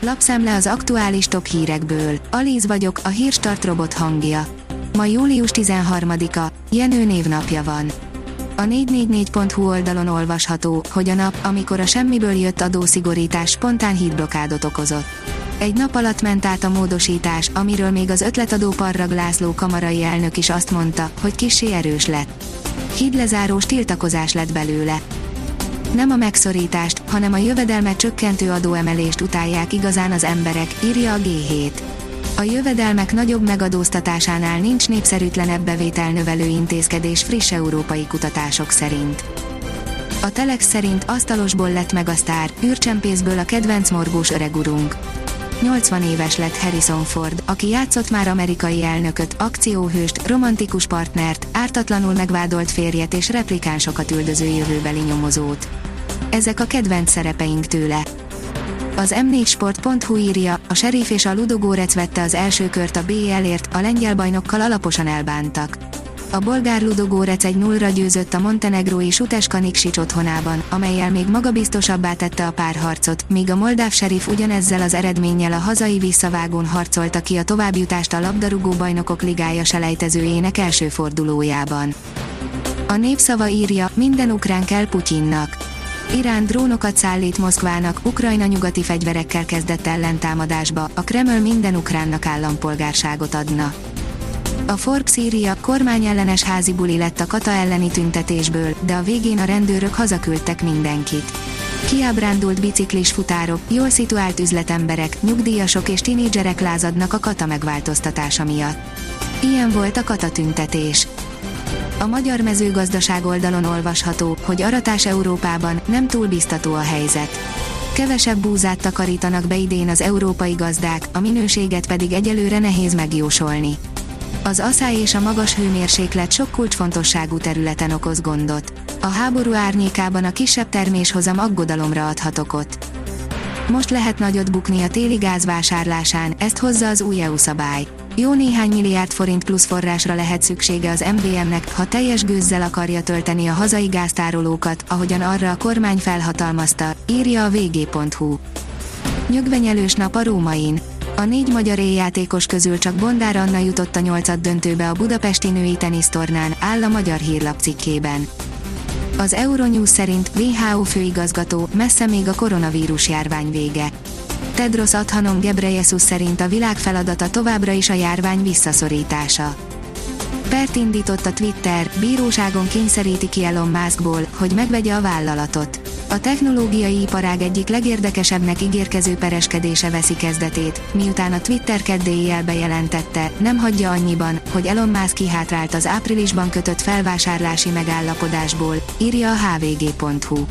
Lapszemle az aktuális top hírekből. Alíz vagyok, a Hírstart robot hangja. Ma július 13-a, Jenő névnapja van. A 444.hu oldalon olvasható, hogy a nap, amikor a semmiből jött adószigorítás spontán hídblokádot okozott. Egy nap alatt ment át a módosítás, amiről még az ötletadó Parrag László kamarai elnök is azt mondta, hogy kissé erős lett. Hídlezárós tiltakozás lett belőle. Nem a megszorítást, hanem a jövedelmet csökkentő adóemelést utálják igazán az emberek, írja a G7. A jövedelmek nagyobb megadóztatásánál nincs népszerűtlenebb bevételnövelő intézkedés friss európai kutatások szerint. A Telex szerint asztalosból lett meg a sztár, űrcsempészből a kedvenc morgós öregurunk. 80 éves lett Harrison Ford, aki játszott már amerikai elnököt, akcióhőst, romantikus partnert, ártatlanul megvádolt férjet és replikánsokat üldöző jövőbeli nyomozót. Ezek a kedvenc szerepeink tőle. Az m4sport.hu írja, a Sheriff és a Ludogorec vette az első kört a BL-ért, a lengyel bajnokkal alaposan elbántak. A bolgár Ludogorec 1-0-ra győzött a montenegrói Suteska Nikšić otthonában, amellyel még magabiztosabbá tette a párharcot, míg a moldáv Sheriff ugyanezzel az eredménnyel a hazai visszavágón harcolta ki a továbbjutást a labdarúgó bajnokok ligája selejtezőjének első fordulójában. A Népszava írja, minden ukrán kell Putyinnak. Irán drónokat szállít Moszkvának, Ukrajna nyugati fegyverekkel kezdett ellentámadásba, a Kreml minden ukránnak állampolgárságot adna. A Forbes írja, kormányellenes házi buli lett a kata elleni tüntetésből, de a végén a rendőrök hazaküldtek mindenkit. Kiábrándult biciklis futárok, jól szituált üzletemberek, nyugdíjasok és tinédzserek lázadnak a kata megváltoztatása miatt. Ilyen volt a kata tüntetés. A Magyar Mezőgazdaság oldalon olvasható, hogy aratás Európában nem túl biztató a helyzet. Kevesebb búzát takarítanak be idén az európai gazdák, a minőséget pedig egyelőre nehéz megjósolni. Az aszály és a magas hőmérséklet sok kulcsfontosságú területen okoz gondot. A háború árnyékában a kisebb terméshozam aggodalomra adhat okot. Most lehet nagyot bukni a téli gáz vásárlásán, ezt hozza az új EU szabály. Jó néhány milliárd forint plusz forrásra lehet szüksége az MVM-nek, ha teljes gőzzel akarja tölteni a hazai gáztárolókat, ahogyan arra a kormány felhatalmazta, írja a vg.hu. Nyögvenyelős nap a Rómain. A 4 magyar éljátékos közül csak Bondár Anna jutott a 8. döntőbe a budapesti női tenisztornán, áll a Magyar Hírlap cikkében. Az Euronews szerint WHO főigazgató, messze még a koronavírus járvány vége. Tedros Adhanom Ghebreyesus szerint a világ feladata továbbra is a járvány visszaszorítása. Pert indított a Twitter, bíróságon kényszeríti ki Elon Muskból, hogy megvegye a vállalatot. A technológiai iparág egyik legérdekesebbnek ígérkező pereskedése veszi kezdetét, miután a Twitter keddi bejelentette, nem hagyja annyiban, hogy Elon Musk kihátrált az áprilisban kötött felvásárlási megállapodásból, írja a hvg.hu.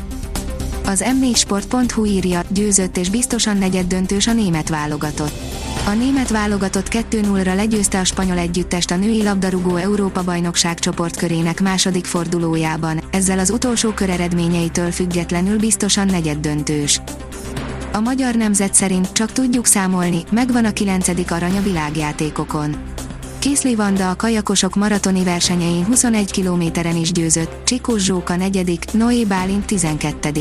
Az m4sport.hu írja, győzött és biztosan negyeddöntős a német válogatott. A német válogatott 2-0-ra legyőzte a spanyol együttest a női labdarúgó Európa-bajnokság csoportkörének második fordulójában, ezzel az utolsó kör eredményeitől függetlenül biztosan negyeddöntős. A Magyar Nemzet szerint csak tudjuk számolni, megvan a 9. arany a világjátékokon. Kiszli Vanda a kajakosok maratoni versenyein 21 kilométeren is győzött, Csikós Zsóka 4., Noé Bálint 12.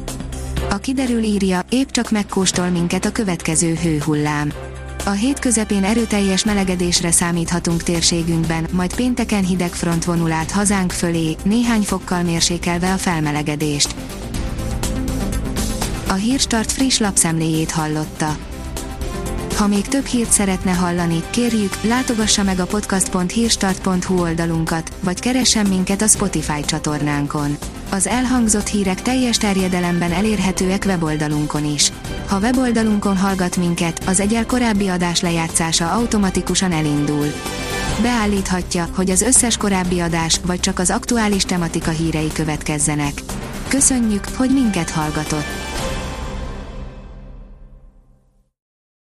A Kiderül írja, épp csak megkóstol minket a következő hőhullám. A hét közepén erőteljes melegedésre számíthatunk térségünkben, majd pénteken hideg front vonul át hazánk fölé, néhány fokkal mérsékelve a felmelegedést. A Hírstart friss lapszemléjét hallotta. Ha még több hírt szeretne hallani, kérjük, látogassa meg a podcast.hírstart.hu oldalunkat, vagy keressen minket a Spotify csatornánkon. Az elhangzott hírek teljes terjedelemben elérhetőek weboldalunkon is. Ha weboldalunkon hallgat minket, az egyel korábbi adás lejátszása automatikusan elindul. Beállíthatja, hogy az összes korábbi adás, vagy csak az aktuális tematika hírei következzenek. Köszönjük, hogy minket hallgatott!